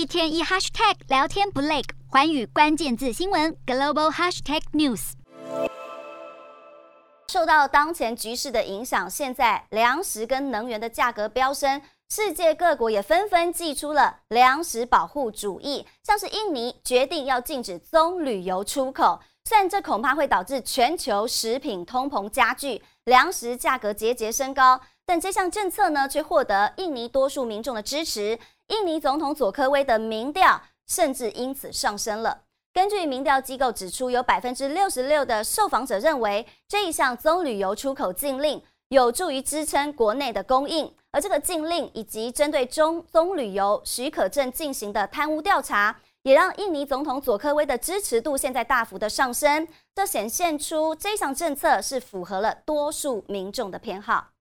天一 hashtag 聊天不累，寰宇关键字新闻 global hashtag news。 受到当前局势的影响，现在粮食跟能源的价格飙升，世界各国也纷纷祭出了粮食保护主义，像是印尼决定要禁止棕榈油出口，虽然这恐怕会导致全球食品通膨加剧，粮食价格节节升高，但这项政策呢，却获得印尼多数民众的支持。印尼总统佐科威的民调甚至因此上升了。根据民调机构指出，有66%的受访者认为这一项棕榈油出口禁令有助于支撑国内的供应，而这个禁令以及针对棕榈油许可证进行的贪污调查，也让印尼总统佐科威的支持度现在大幅的上升，这显现出这项政策是符合了多数民众的偏好。